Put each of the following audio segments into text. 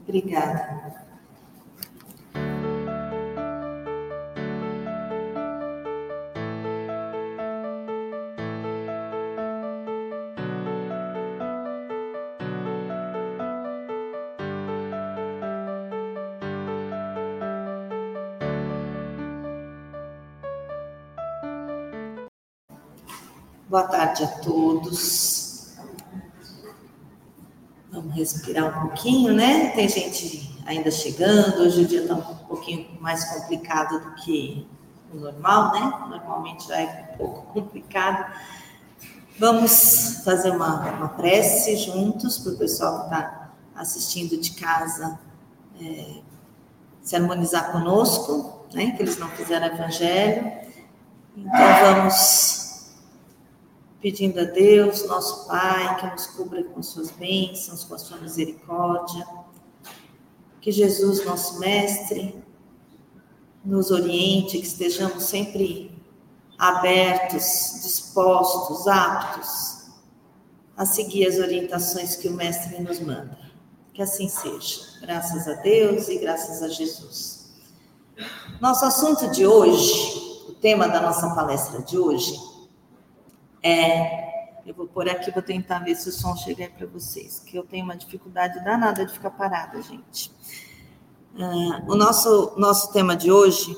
Obrigada. Boa tarde a todos. Vamos respirar um pouquinho, né? Tem gente ainda chegando, hoje o dia está um pouquinho mais complicado do que o normal, né? Normalmente já é um pouco complicado. Vamos fazer uma prece juntos para o pessoal que está assistindo de casa se harmonizar conosco, né? Que eles não fizeram evangelho. Então vamos pedindo a Deus, nosso Pai, que nos cubra com suas bênçãos, com a sua misericórdia. Que Jesus, nosso Mestre, nos oriente, que estejamos sempre abertos, dispostos, aptos a seguir as orientações que o Mestre nos manda. Que assim seja. Graças a Deus e graças a Jesus. Nosso assunto de hoje, o tema da nossa palestra de hoje, eu vou pôr aqui, vou tentar ver se o som chega aí para vocês, que eu tenho uma dificuldade danada de ficar parada, gente. O nosso tema de hoje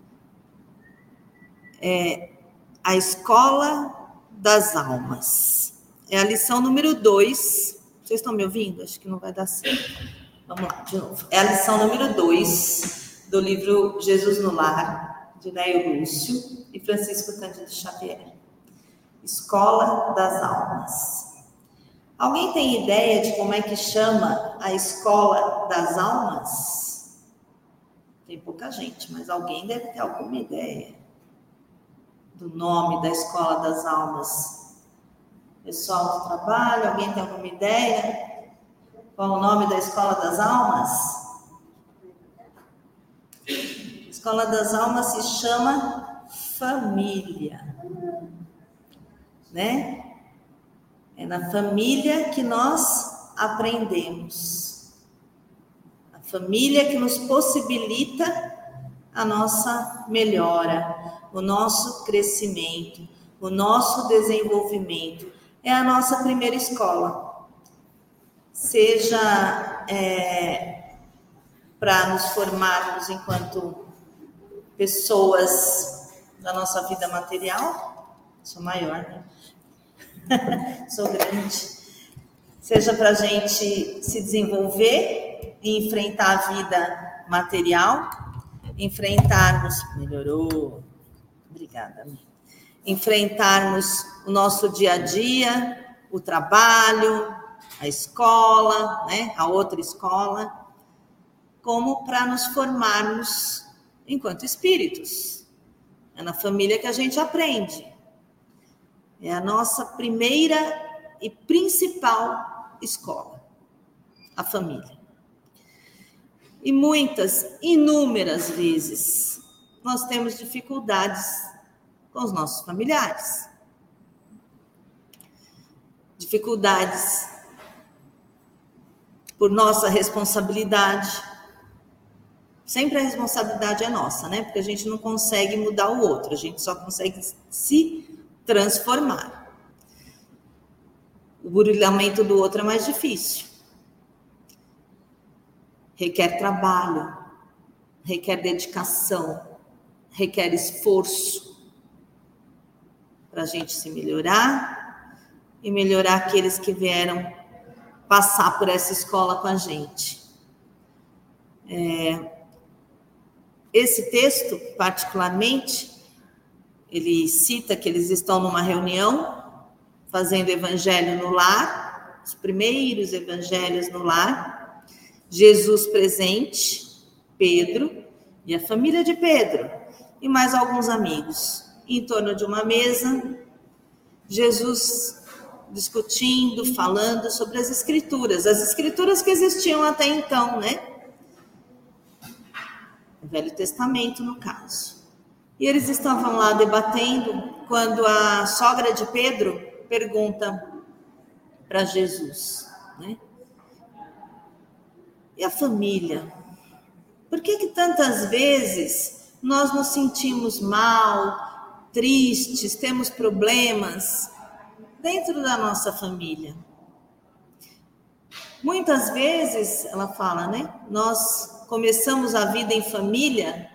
é a Escola das Almas. É a lição número 2. Vocês estão me ouvindo? Acho que não vai dar certo. Vamos lá, de novo. É a lição número 2 do livro Jesus no Lar, de Neio Lúcio e Francisco Cândido Xavier. Escola das Almas. Alguém tem ideia de como é que chama a Escola das Almas? Tem pouca gente, mas alguém deve ter alguma ideia do nome da Escola das Almas. Pessoal do trabalho, alguém tem alguma ideia? Qual o nome da Escola das Almas? A Escola das Almas se chama família. Né? É na família que nós aprendemos. A família que nos possibilita a nossa melhora, o nosso crescimento, o nosso desenvolvimento. É a nossa primeira escola. Seja para nos formarmos enquanto pessoas da nossa vida material. Sou maior, né? Sou grande. Seja para a gente se desenvolver e enfrentar a vida material, enfrentarmos... Melhorou. Obrigada, mãe. Enfrentarmos o nosso dia a dia, o trabalho, a escola, né? A outra escola, como para nos formarmos enquanto espíritos. É na família que a gente aprende. É a nossa primeira e principal escola, a família. E inúmeras vezes, nós temos dificuldades com os nossos familiares. Dificuldades por nossa responsabilidade. Sempre a responsabilidade é nossa, né? Porque a gente não consegue mudar o outro, a gente só consegue se transformar. O burilamento do outro é mais difícil. Requer trabalho, requer dedicação, requer esforço para a gente se melhorar e melhorar aqueles que vieram passar por essa escola com a gente. Esse texto, particularmente, ele cita que eles estão numa reunião fazendo evangelho no lar, os primeiros evangelhos no lar, Jesus presente, Pedro e a família de Pedro e mais alguns amigos em torno de uma mesa, Jesus discutindo, falando sobre as escrituras que existiam até então, né? O Velho Testamento, no caso. E eles estavam lá debatendo quando a sogra de Pedro pergunta para Jesus, né? E a família? Por que tantas vezes nós nos sentimos mal, tristes, temos problemas dentro da nossa família? Muitas vezes, ela fala, né? Nós começamos a vida em família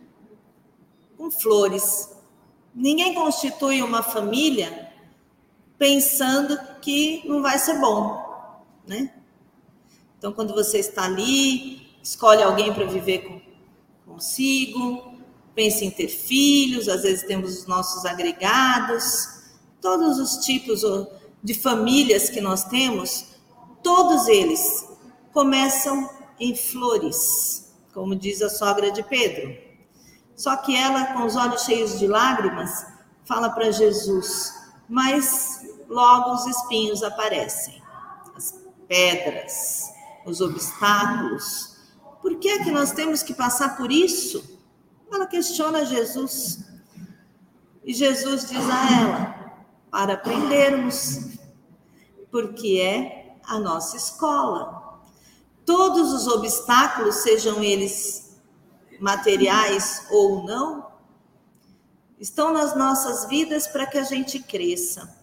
com flores. Ninguém constitui uma família pensando que não vai ser bom, né? Então, quando você está ali, escolhe alguém para viver consigo, pensa em ter filhos, às vezes temos os nossos agregados, todos os tipos de famílias que nós temos, todos eles começam em flores, como diz a sogra de Pedro. Só que ela, com os olhos cheios de lágrimas, fala para Jesus, mas logo os espinhos aparecem, as pedras, os obstáculos. Por que é que nós temos que passar por isso? Ela questiona Jesus. E Jesus diz a ela, para aprendermos, porque é a nossa escola. Todos os obstáculos, sejam eles materiais ou não, estão nas nossas vidas para que a gente cresça,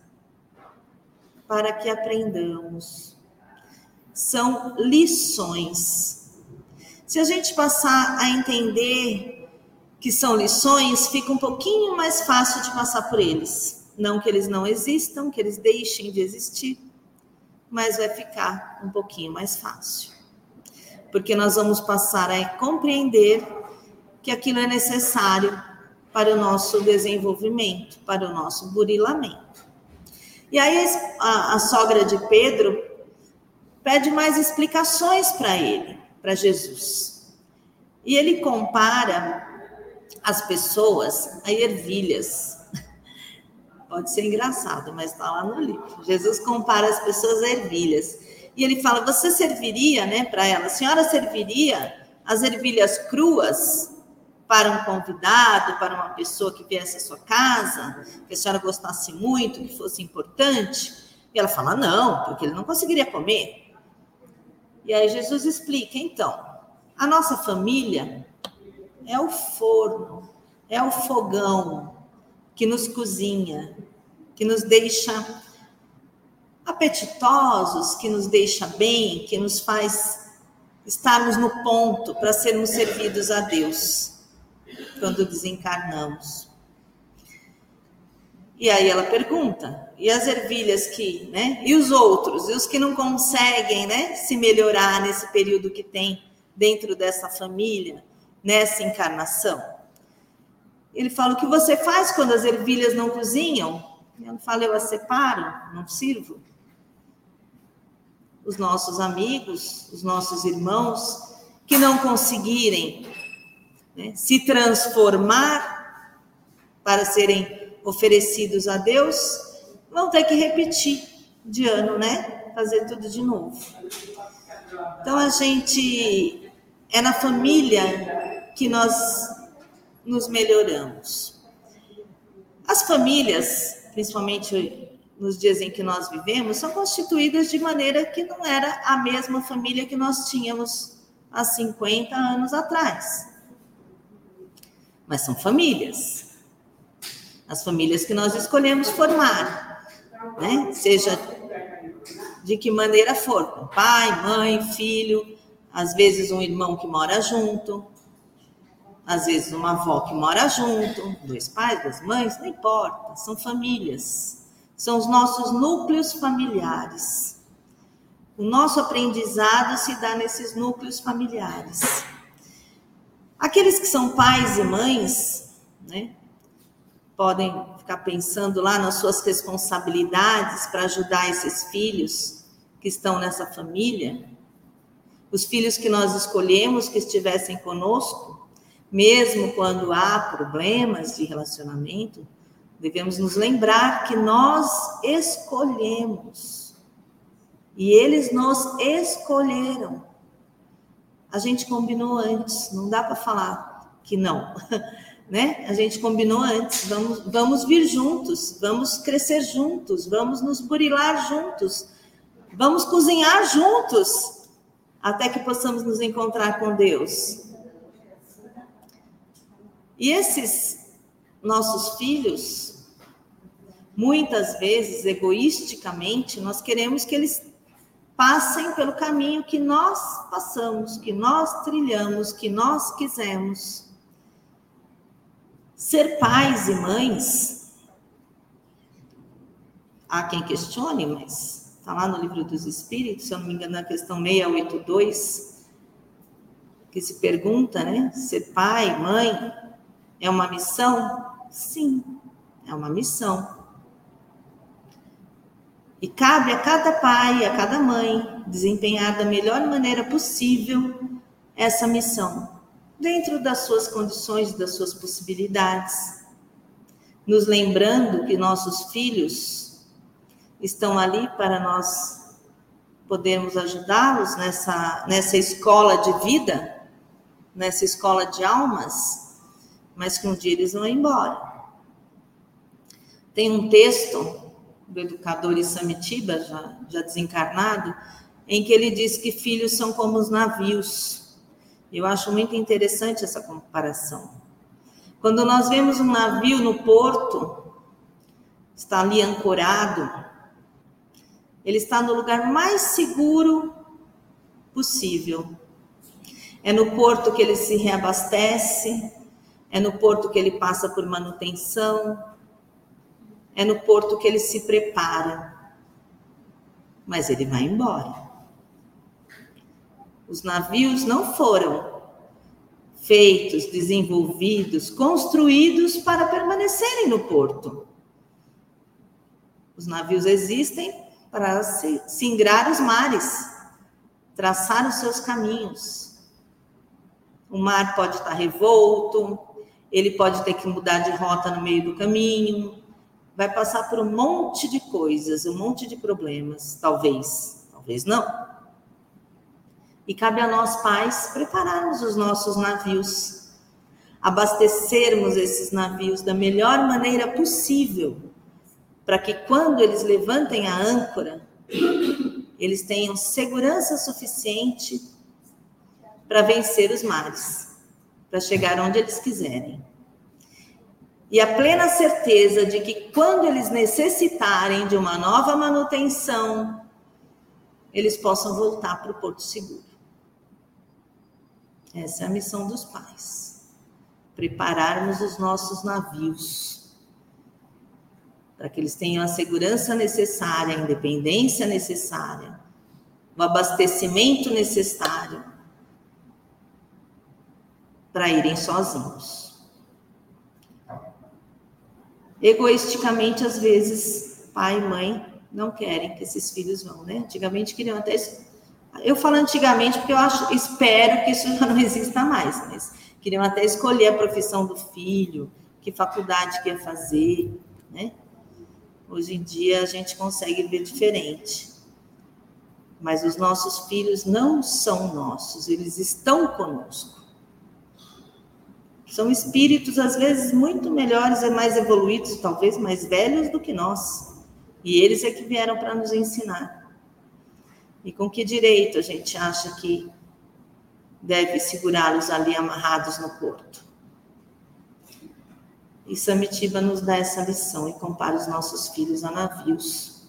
para que aprendamos. São lições. Se a gente passar a entender que são lições, fica um pouquinho mais fácil de passar por eles. Não que eles não existam, que eles deixem de existir, mas vai ficar um pouquinho mais fácil. Porque nós vamos passar a compreender que aquilo é necessário para o nosso desenvolvimento, para o nosso burilamento. E aí a sogra de Pedro pede mais explicações para ele, para Jesus. E ele compara as pessoas a ervilhas. Pode ser engraçado, mas está lá no livro. Jesus compara as pessoas a ervilhas. E ele fala, você serviria, né, para ela, a senhora serviria as ervilhas cruas para um convidado, para uma pessoa que viesse à sua casa, que a senhora gostasse muito, que fosse importante? E ela fala, não, porque ele não conseguiria comer. E aí Jesus explica, então, a nossa família é o forno, é o fogão que nos cozinha, que nos deixa apetitosos, que nos deixa bem, que nos faz estarmos no ponto para sermos servidos a Deus quando desencarnamos. E aí ela pergunta, e as ervilhas que, né? E os outros, e os que não conseguem, né, se melhorar nesse período que tem dentro dessa família, nessa encarnação? Ele fala, o que você faz quando as ervilhas não cozinham? Eu falo, eu as separo, não sirvo. Os nossos amigos, os nossos irmãos, que não conseguirem, né, se transformar para serem oferecidos a Deus, vão ter que repetir de ano, né? Fazer tudo de novo. Então, a gente é na família que nós nos melhoramos. As famílias, principalmente nos dias em que nós vivemos, são constituídas de maneira que não era a mesma família que nós tínhamos há 50 anos atrás. Mas são famílias. As famílias que nós escolhemos formar, né? Seja de que maneira for, com pai, mãe, filho, às vezes um irmão que mora junto, às vezes uma avó que mora junto, 2 pais, 2 mães, não importa, são famílias, são os nossos núcleos familiares. O nosso aprendizado se dá nesses núcleos familiares. Aqueles que são pais e mães, né, podem ficar pensando lá nas suas responsabilidades para ajudar esses filhos que estão nessa família, os filhos que nós escolhemos que estivessem conosco, mesmo quando há problemas de relacionamento, devemos nos lembrar que nós escolhemos e eles nos escolheram. A gente combinou antes, não dá para falar que não. Né? A gente combinou antes, vamos vir juntos, vamos crescer juntos, vamos nos burilar juntos, vamos cozinhar juntos até que possamos nos encontrar com Deus. E esses nossos filhos, muitas vezes, egoisticamente, nós queremos que eles passem pelo caminho que nós passamos, que nós trilhamos, que nós quisemos. Ser pais e mães, há quem questione, mas está lá no Livro dos Espíritos, se eu não me engano, na questão 682, que se pergunta, né? Ser pai, mãe, é uma missão? Sim, é uma missão. E cabe a cada pai, a cada mãe, desempenhar da melhor maneira possível essa missão, dentro das suas condições, das suas possibilidades, nos lembrando que nossos filhos estão ali para nós podermos ajudá-los nessa escola de vida, nessa escola de almas, mas que um dia eles vão embora. Tem um texto do educador Isamitiba, já desencarnado, em que ele diz que filhos são como os navios. Eu acho muito interessante essa comparação. Quando nós vemos um navio no porto, está ali ancorado, ele está no lugar mais seguro possível. É no porto que ele se reabastece, é no porto que ele passa por manutenção, é no porto que ele se prepara. Mas ele vai embora. Os navios não foram feitos, desenvolvidos, construídos para permanecerem no porto. Os navios existem para singrar os mares, traçar os seus caminhos. O mar pode estar revolto, ele pode ter que mudar de rota no meio do caminho, vai passar por um monte de coisas, um monte de problemas, talvez não. E cabe a nós, pais, prepararmos os nossos navios, abastecermos esses navios da melhor maneira possível, para que quando eles levantem a âncora, eles tenham segurança suficiente para vencer os mares, para chegar onde eles quiserem. E a plena certeza de que quando eles necessitarem de uma nova manutenção, eles possam voltar para o porto seguro. Essa é a missão dos pais. Prepararmos os nossos navios para que eles tenham a segurança necessária, a independência necessária, o abastecimento necessário para irem sozinhos. Egoisticamente, às vezes, pai e mãe não querem que esses filhos vão, né? Antigamente queriam até... Eu falo antigamente porque espero que isso já não exista mais, mas queriam até escolher a profissão do filho, que faculdade que ia fazer, né? Hoje em dia a gente consegue ver diferente. Mas os nossos filhos não são nossos, eles estão conosco. São espíritos, às vezes, muito melhores e mais evoluídos, talvez mais velhos do que nós. E eles é que vieram para nos ensinar. E com que direito a gente acha que deve segurá-los ali amarrados no porto? E Samitiba nos dá essa lição e compara os nossos filhos a navios.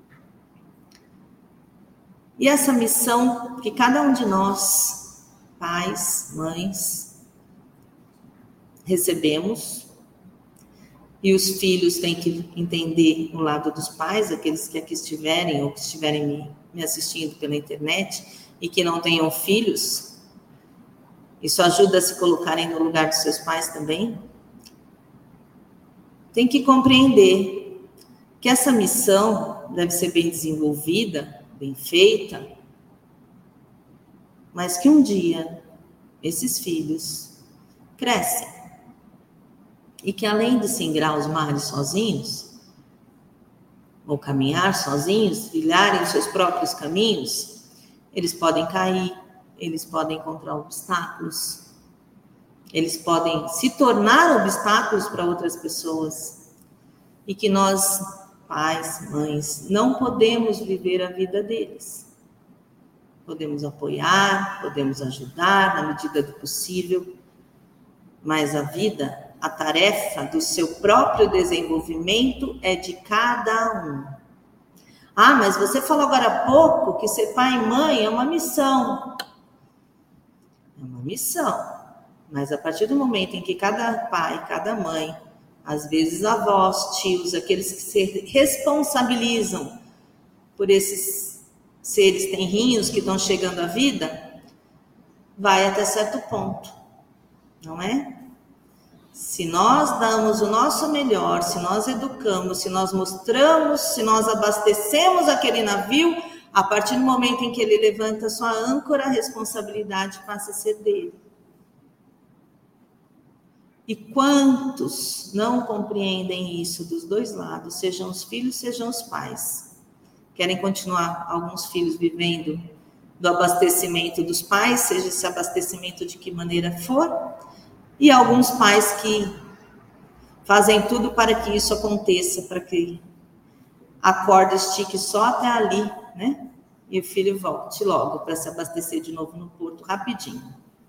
E essa missão que cada um de nós, pais, mães, recebemos, e os filhos têm que entender o lado dos pais, aqueles que aqui estiverem ou que estiverem me assistindo pela internet e que não tenham filhos, isso ajuda a se colocarem no lugar dos seus pais também. Tem que compreender que essa missão deve ser bem desenvolvida, bem feita, mas que um dia esses filhos crescem e que além de singrar os mares sozinhos, ou caminhar sozinhos, trilharem os seus próprios caminhos, eles podem cair, eles podem encontrar obstáculos, eles podem se tornar obstáculos para outras pessoas, e que nós, pais, mães, não podemos viver a vida deles. podemos apoiar, podemos ajudar na medida do possível, mas a vida, a tarefa do seu próprio desenvolvimento é de cada um. Ah, mas você falou agora há pouco que ser pai e mãe é uma missão. É uma missão, mas a partir do momento em que cada pai, cada mãe, às vezes avós, tios, aqueles que se responsabilizam por esses seres tenrinhos que estão chegando à vida, vai até certo ponto, não é? Se nós damos o nosso melhor, se nós educamos, se nós mostramos, se nós abastecemos aquele navio, a partir do momento em que ele levanta sua âncora, a responsabilidade passa a ser dele. E quantos não compreendem isso dos dois lados, sejam os filhos, sejam os pais? Querem continuar, alguns filhos, vivendo do abastecimento dos pais, seja esse abastecimento de que maneira for, e alguns pais que fazem tudo para que isso aconteça, para que a corda estique só até ali, né? E o filho volte logo para se abastecer de novo no porto rapidinho.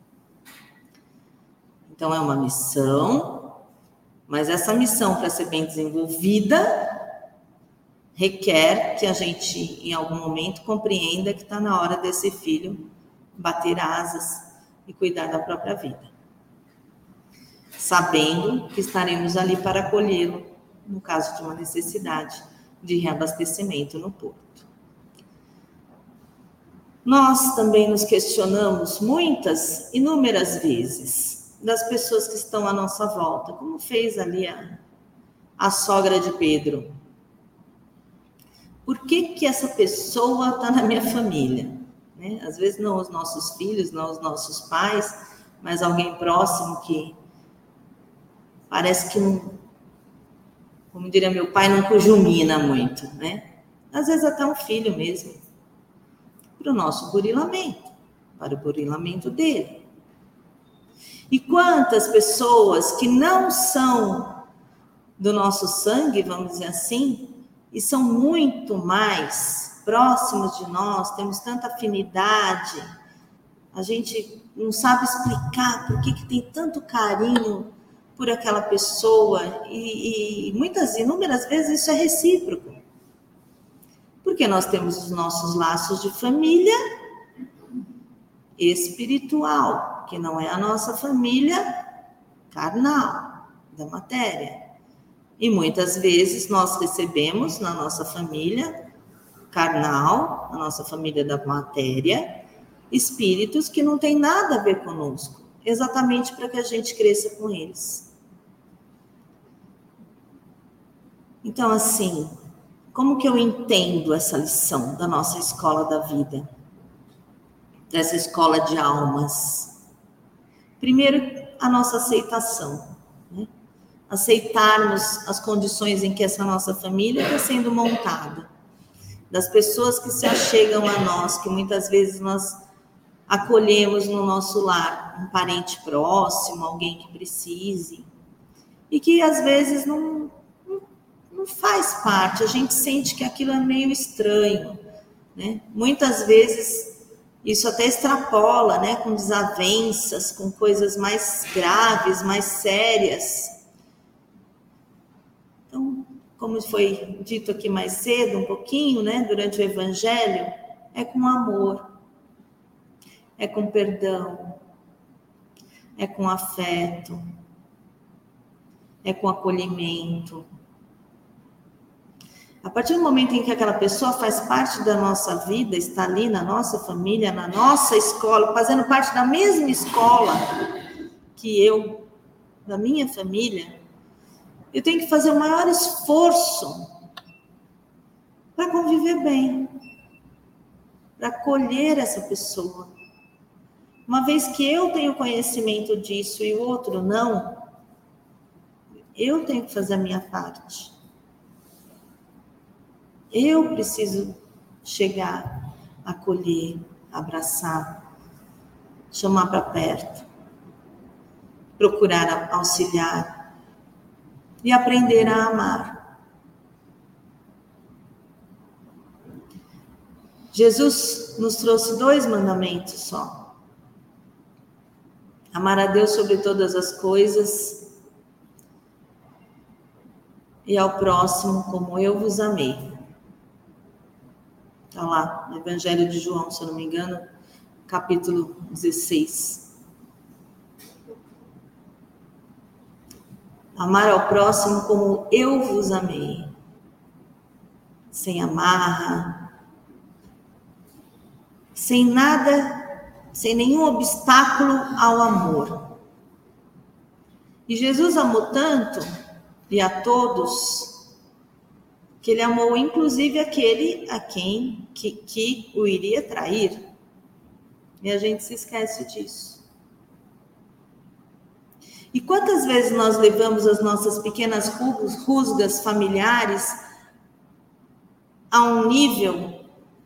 Então é uma missão, mas essa missão, para ser bem desenvolvida, requer que a gente, em algum momento, compreenda que está na hora desse filho bater asas e cuidar da própria vida, sabendo que estaremos ali para acolhê-lo no caso de uma necessidade de reabastecimento no porto. Nós também nos questionamos inúmeras vezes, das pessoas que estão à nossa volta, como fez ali a sogra de Pedro. Por que essa pessoa está na minha família? Né? Às vezes não os nossos filhos, não os nossos pais, mas alguém próximo que parece que não, como diria meu pai, não cujumina muito, né? Às vezes até um filho mesmo, para o nosso burilamento, para o burilamento dele. E quantas pessoas que não são do nosso sangue, vamos dizer assim, e são muito mais próximos de nós, temos tanta afinidade, a gente não sabe explicar por que tem tanto carinho por aquela pessoa, e inúmeras vezes isso é recíproco. Porque nós temos os nossos laços de família espiritual, que não é a nossa família carnal, da matéria. E muitas vezes nós recebemos na nossa família carnal, na nossa família da matéria, espíritos que não têm nada a ver conosco, exatamente para que a gente cresça com eles. Então, assim, como que eu entendo essa lição da nossa escola da vida? Dessa escola de almas? Primeiro, a nossa aceitação, né? Aceitarmos as condições em que essa nossa família está sendo montada, das pessoas que se achegam a nós, que muitas vezes nós acolhemos no nosso lar, um parente próximo, alguém que precise, e que às vezes não faz parte, a gente sente que aquilo é meio estranho, né? Muitas vezes isso até extrapola, né? Com desavenças, com coisas mais graves, mais sérias. Então, como foi dito aqui mais cedo, um pouquinho, né? Durante o Evangelho, é com amor, é com perdão, é com afeto, é com acolhimento. A partir do momento em que aquela pessoa faz parte da nossa vida, está ali na nossa família, na nossa escola, fazendo parte da mesma escola que eu, da minha família, eu tenho que fazer o maior esforço para conviver bem, para acolher essa pessoa. Uma vez que eu tenho conhecimento disso e o outro não, eu tenho que fazer a minha parte. Eu preciso chegar, acolher, abraçar, chamar para perto, procurar auxiliar e aprender a amar. Jesus nos trouxe 2 mandamentos só. Amar a Deus sobre todas as coisas e ao próximo como eu vos amei. Está lá no Evangelho de João, se eu não me engano, capítulo 16. Amar ao próximo como eu vos amei. Sem amarra, sem nada, sem nenhum obstáculo ao amor. E Jesus amou tanto, e a todos, que ele amou inclusive aquele a quem que o iria trair. E a gente se esquece disso. E quantas vezes nós levamos as nossas pequenas rusgas familiares a um nível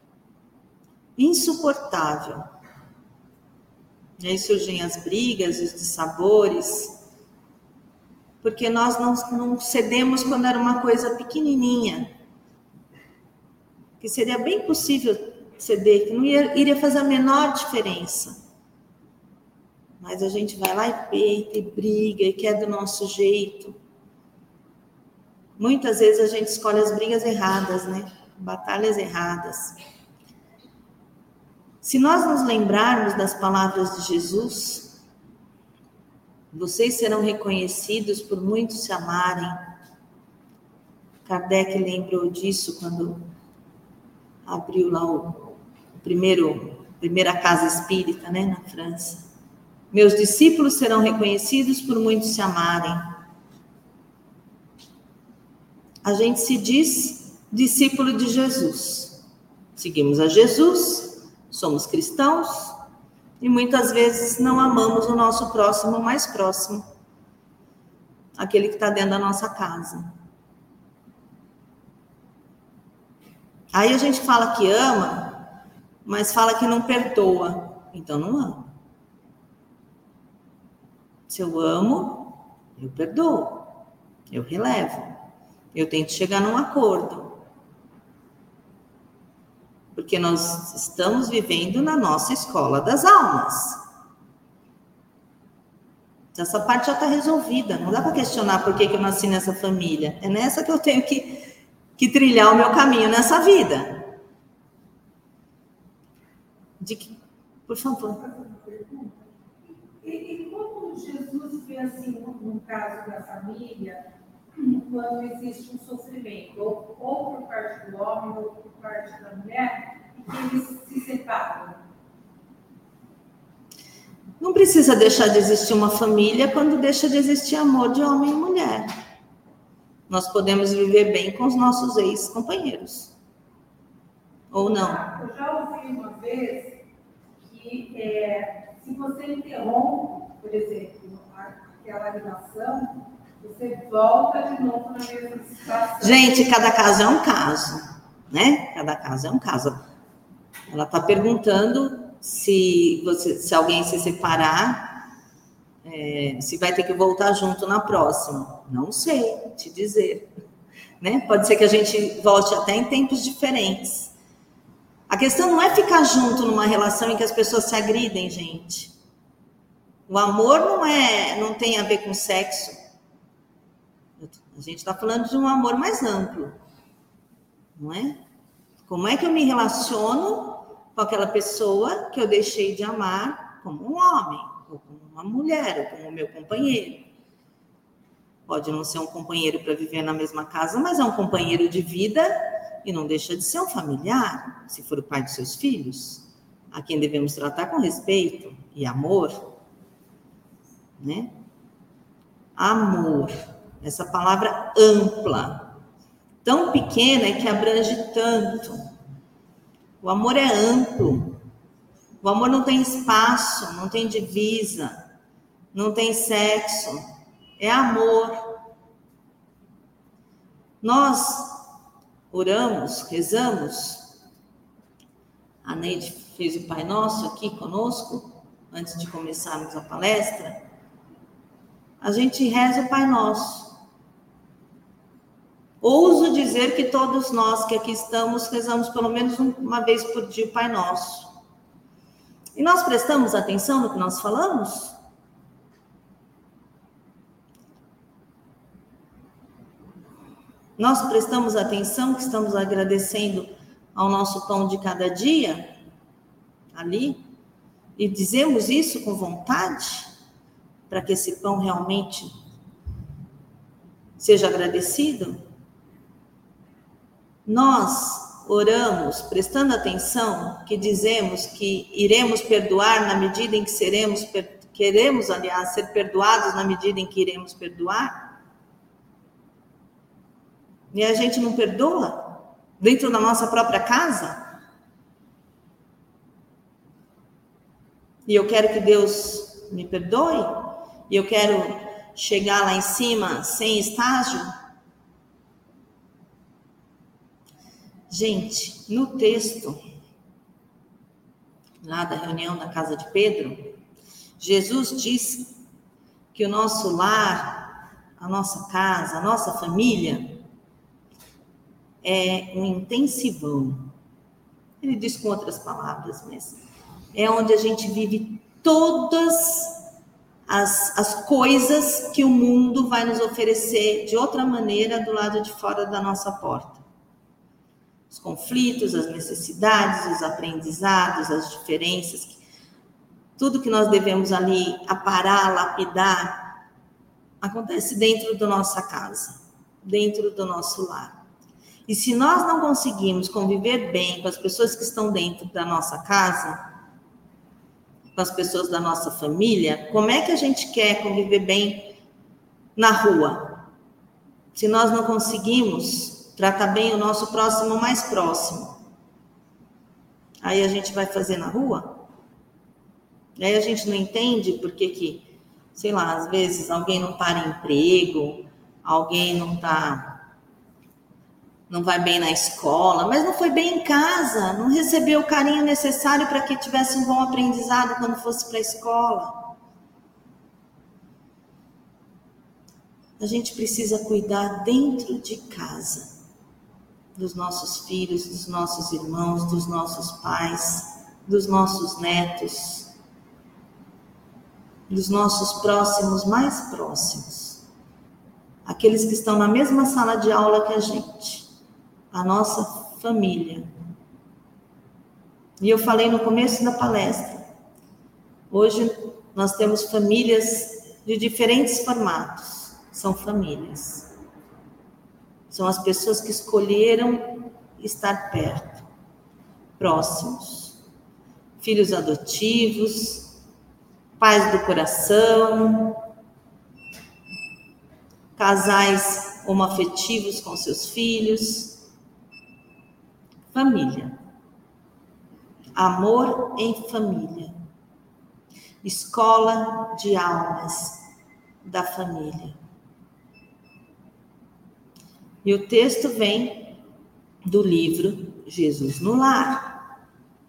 insuportável? E aí surgem as brigas, os dissabores, porque nós não cedemos quando era uma coisa pequenininha, que seria bem possível ceder, que não iria fazer a menor diferença. Mas a gente vai lá e peita, e briga, e quer do nosso jeito. Muitas vezes a gente escolhe as brigas erradas, né? Batalhas erradas. Se nós nos lembrarmos das palavras de Jesus, vocês serão reconhecidos por muitos se amarem. Kardec lembrou disso quando abriu lá primeira casa espírita, né, na França. Meus discípulos serão reconhecidos por muitos se amarem. A gente se diz discípulo de Jesus. Seguimos a Jesus, somos cristãos e muitas vezes não amamos o nosso próximo mais próximo, aquele que está dentro da nossa casa. Aí a gente fala que ama, mas fala que não perdoa, então não ama. Se eu amo, eu perdoo, eu relevo, eu tento chegar num acordo. Porque nós estamos vivendo na nossa escola das almas. Essa parte já está resolvida, não dá para questionar por que eu nasci nessa família. É nessa que eu tenho que trilhar o meu caminho nessa vida. Por favor. E como Jesus vê assim, no caso da família, quando existe um sofrimento, ou por parte do homem, ou por parte da mulher, e que eles se separam? Não precisa deixar de existir uma família quando deixa de existir amor de homem e mulher. Nós podemos viver bem com os nossos ex-companheiros. Ou não? Eu já ouvi uma vez que se você interrompe, por exemplo, aquela ligação, você volta de novo na mesma situação. Gente, cada caso é um caso, né? Cada caso é um caso. Ela está perguntando se alguém se separar, se vai ter que voltar junto na próxima. Não sei te dizer, né? Pode ser que a gente volte até em tempos diferentes. A questão não é ficar junto numa relação em que as pessoas se agridem, gente. O amor não tem a ver com sexo. A gente está falando de um amor mais amplo, não é? Como é que eu me relaciono com aquela pessoa que eu deixei de amar como um homem, ou como uma mulher, ou como o meu companheiro? Pode não ser um companheiro para viver na mesma casa, mas é um companheiro de vida e não deixa de ser um familiar, se for o pai dos seus filhos, a quem devemos tratar com respeito e amor, né? Amor, essa palavra ampla, tão pequena que abrange tanto. O amor é amplo. O amor não tem espaço, não tem divisa, não tem sexo. É amor. Nós oramos, rezamos. A Neide fez o Pai Nosso aqui conosco, antes de começarmos a palestra. A gente reza o Pai Nosso. Ouso dizer que todos nós que aqui estamos rezamos pelo menos uma vez por dia o Pai Nosso. E nós prestamos atenção no que nós falamos? Nós prestamos atenção que estamos agradecendo ao nosso pão de cada dia? Ali? E dizemos isso com vontade? Para que esse pão realmente seja agradecido? Nós oramos, prestando atenção, que dizemos que iremos perdoar na medida em que queremos, aliás, ser perdoados na medida em que iremos perdoar? E a gente não perdoa dentro da nossa própria casa? E eu quero que Deus me perdoe? E eu quero chegar lá em cima sem estágio? Gente, no texto lá da reunião na casa de Pedro, Jesus diz que o nosso lar, a nossa casa, a nossa família é um intensivão. Ele diz com outras palavras mesmo. É onde a gente vive todas as coisas que o mundo vai nos oferecer de outra maneira do lado de fora da nossa porta. Os conflitos, as necessidades, os aprendizados, as diferenças, tudo que nós devemos ali aparar, lapidar, acontece dentro da nossa casa, dentro do nosso lar. E se nós não conseguimos conviver bem com as pessoas que estão dentro da nossa casa, com as pessoas da nossa família, como é que a gente quer conviver bem na rua? Se nós não conseguimos tratar bem o nosso próximo mais próximo, aí a gente vai fazer na rua? E aí a gente não entende por que, sei lá, às vezes alguém não para em emprego, alguém não vai bem na escola, mas não foi bem em casa, não recebeu o carinho necessário para que tivesse um bom aprendizado quando fosse para a escola. A gente precisa cuidar dentro de casa dos nossos filhos, dos nossos irmãos, dos nossos pais, dos nossos netos, dos nossos próximos mais próximos, aqueles que estão na mesma sala de aula que a gente, a nossa família. E eu falei no começo da palestra, hoje nós temos famílias de diferentes formatos, são famílias. São as pessoas que escolheram estar perto, próximos. Filhos adotivos, pais do coração, casais homoafetivos com seus filhos. Família. Amor em família. Escola de almas da família. E o texto vem do livro Jesus no Lar.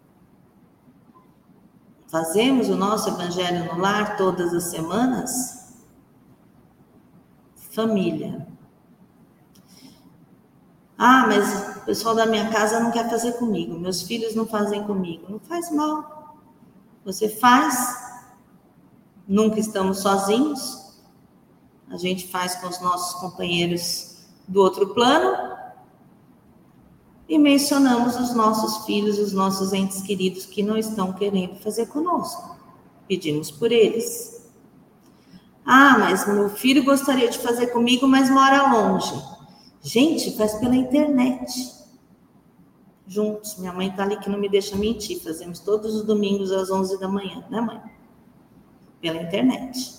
Fazemos o nosso Evangelho no Lar todas as semanas? Família. Ah, mas o pessoal da minha casa não quer fazer comigo, meus filhos não fazem comigo. Não faz mal. Você faz. Nunca estamos sozinhos. A gente faz com os nossos companheiros do outro plano, e mencionamos os nossos filhos, os nossos entes queridos que não estão querendo fazer conosco. Pedimos por eles. Ah, mas meu filho gostaria de fazer comigo, mas mora longe. Gente, faz pela internet. Juntos. Minha mãe está ali que não me deixa mentir. Fazemos todos os domingos às 11 da manhã, né, mãe? Pela internet.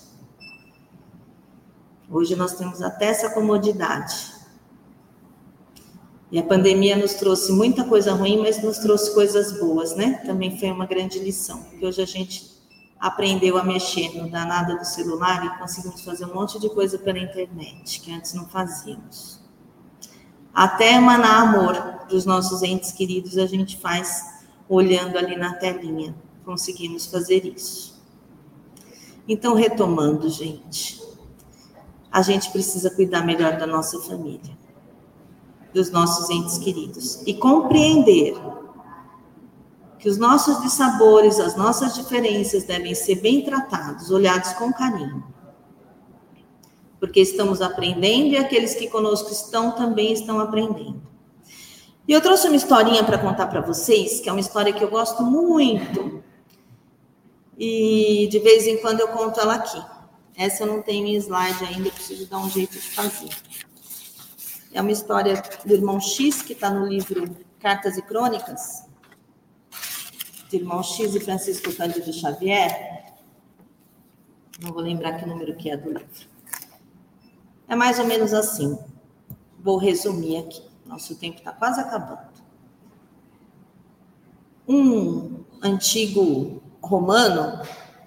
Hoje nós temos até essa comodidade. E a pandemia nos trouxe muita coisa ruim, mas nos trouxe coisas boas, né? Também foi uma grande lição, porque hoje a gente aprendeu a mexer no danado do celular e conseguimos fazer um monte de coisa pela internet, que antes não fazíamos. Até emanar amor dos nossos entes queridos a gente faz olhando ali na telinha. Conseguimos fazer isso. Então, retomando, gente, a gente precisa cuidar melhor da nossa família. dos nossos entes queridos e compreender que os nossos dissabores, as nossas diferenças devem ser bem tratados, olhados com carinho. Porque estamos aprendendo e aqueles que conosco estão também estão aprendendo. E eu trouxe uma historinha para contar para vocês, que é uma história que eu gosto muito. E de vez em quando eu conto ela aqui. Essa eu não tenho em slide ainda, eu preciso dar um jeito de fazer. É uma história do irmão X, que está no livro Cartas e Crônicas, de irmão X e Francisco Cândido Xavier. Não vou lembrar que número que é do livro. É mais ou menos assim. Vou resumir aqui. Nosso tempo está quase acabando. Um antigo romano,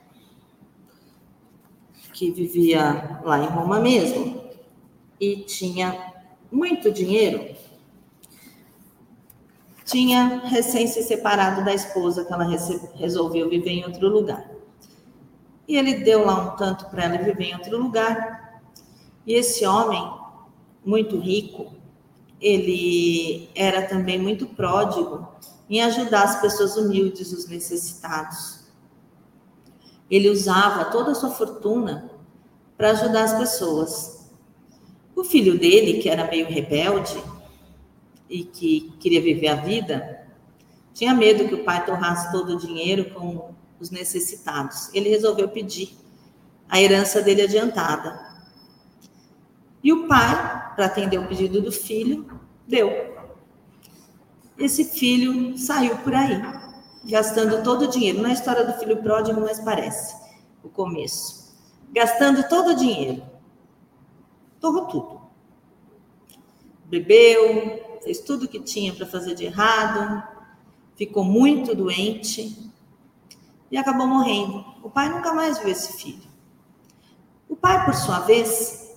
que vivia lá em Roma mesmo, e tinha muito dinheiro, tinha recém se separado da esposa, que ela resolveu viver em outro lugar. E ele deu lá um tanto para ela viver em outro lugar. E esse homem, muito rico, ele era também muito pródigo em ajudar as pessoas humildes, os necessitados. Ele usava toda a sua fortuna para ajudar as pessoas. O filho dele, que era meio rebelde e que queria viver a vida, tinha medo que o pai torrasse todo o dinheiro com os necessitados. Ele resolveu pedir a herança dele adiantada. E o pai, para atender o pedido do filho, deu. Esse filho saiu por aí, gastando todo o dinheiro. Não é a história do filho pródigo, mas parece o começo. Gastando todo o dinheiro. Torrou tudo. Bebeu, fez tudo o que tinha para fazer de errado, ficou muito doente e acabou morrendo. O pai nunca mais viu esse filho. O pai, por sua vez,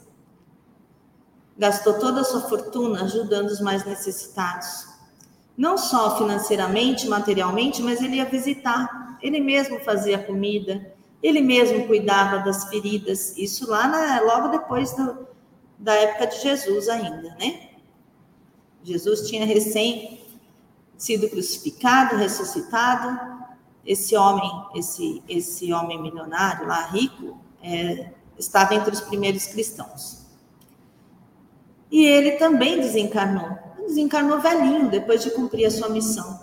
gastou toda a sua fortuna ajudando os mais necessitados. Não só financeiramente, materialmente, mas ele ia visitar. Ele mesmo fazia comida, ele mesmo cuidava das feridas. Isso lá logo depois da época de Jesus ainda, né? Jesus tinha recém sido crucificado, ressuscitado. Esse homem milionário lá, rico, estava entre os primeiros cristãos. E ele também desencarnou velhinho, depois de cumprir a sua missão.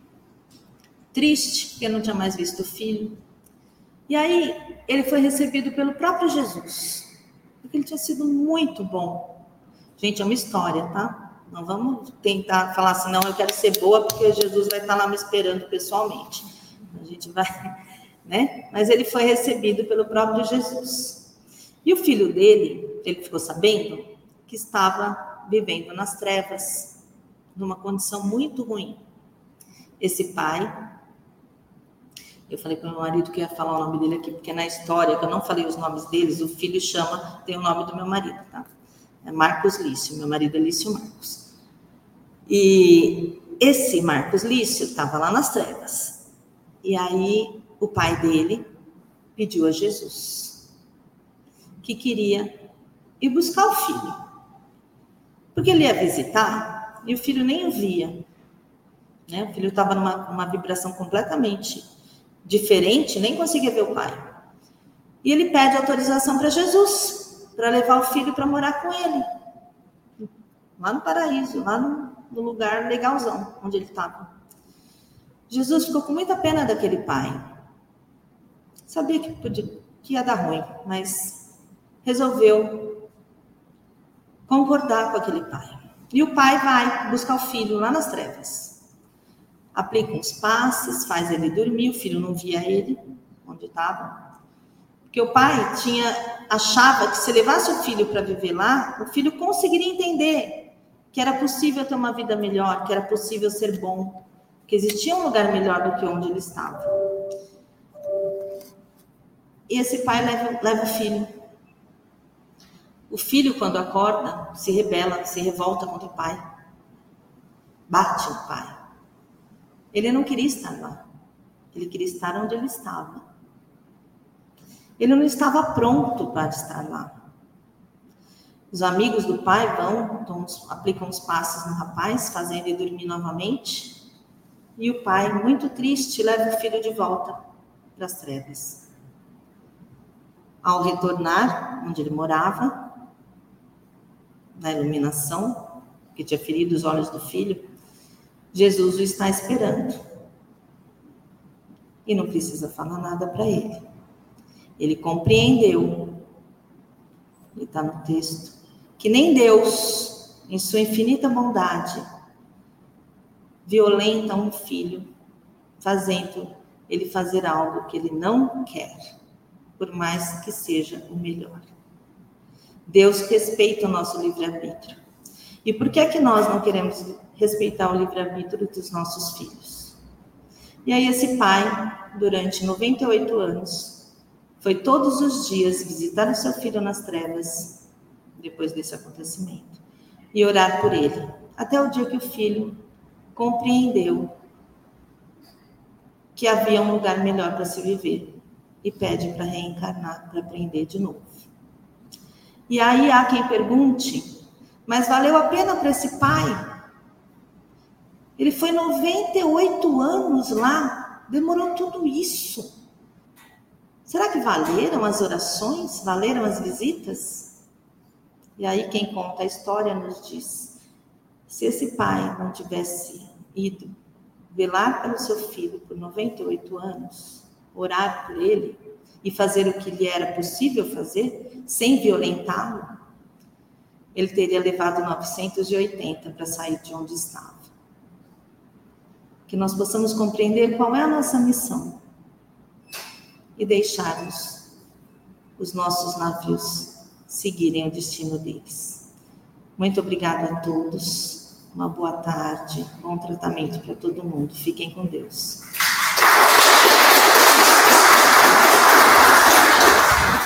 Triste, porque não tinha mais visto o filho. E aí, ele foi recebido pelo próprio Jesus, porque ele tinha sido muito bom. Gente, é uma história, tá? Não vamos tentar falar assim, não, eu quero ser boa, porque Jesus vai estar lá me esperando pessoalmente. A gente vai, né? Mas ele foi recebido pelo próprio Jesus. E o filho dele, ele ficou sabendo que estava vivendo nas trevas, numa condição muito ruim. Esse pai, eu falei para o meu marido que ia falar o nome dele aqui, porque na história, que eu não falei os nomes deles, o filho tem o nome do meu marido, tá? É Marcos Lício, meu marido é Lício Marcos. E esse Marcos Lício estava lá nas trevas. E aí o pai dele pediu a Jesus que queria ir buscar o filho. Porque ele ia visitar e o filho nem o via. Né? O filho estava numa vibração completamente diferente, nem conseguia ver o pai. E ele pede autorização para Jesus, para levar o filho para morar com ele. Lá no paraíso, lá no lugar legalzão, onde ele estava. Jesus ficou com muita pena daquele pai. Sabia que ia dar ruim, mas resolveu concordar com aquele pai. E o pai vai buscar o filho lá nas trevas. Aplica uns passes, faz ele dormir, o filho não via ele, onde estava. Porque o pai achava que se levasse o filho para viver lá, o filho conseguiria entender que era possível ter uma vida melhor, que era possível ser bom, que existia um lugar melhor do que onde ele estava. E esse pai leva o filho. O filho, quando acorda, se rebela, se revolta contra o pai. Bate no pai. Ele não queria estar lá. Ele queria estar onde ele estava. Ele não estava pronto para estar lá. Os amigos do pai aplicam os passes no rapaz, fazendo ele dormir novamente. E o pai, muito triste, leva o filho de volta para as trevas. Ao retornar onde ele morava, na iluminação, que tinha ferido os olhos do filho, Jesus o está esperando. E não precisa falar nada para ele. Ele compreendeu, e está no texto, que nem Deus, em sua infinita bondade, violenta um filho, fazendo ele fazer algo que ele não quer, por mais que seja o melhor. Deus respeita o nosso livre-arbítrio. E por que é que nós não queremos respeitar o livre-arbítrio dos nossos filhos? E aí esse pai, durante 98 anos, foi todos os dias visitar o seu filho nas trevas, depois desse acontecimento, e orar por ele, até o dia que o filho compreendeu que havia um lugar melhor para se viver e pede para reencarnar, para aprender de novo. E aí há quem pergunte, mas valeu a pena para esse pai? Ele foi 98 anos lá, demorou tudo isso. Será que valeram as orações? Valeram as visitas? E aí quem conta a história nos diz, se esse pai não tivesse ido velar pelo seu filho por 98 anos, orar por ele e fazer o que lhe era possível fazer, sem violentá-lo, ele teria levado 980 para sair de onde estava. Que nós possamos compreender qual é a nossa missão e deixarmos os nossos navios seguirem o destino deles. Muito obrigada a todos. Uma boa tarde, bom tratamento para todo mundo. Fiquem com Deus.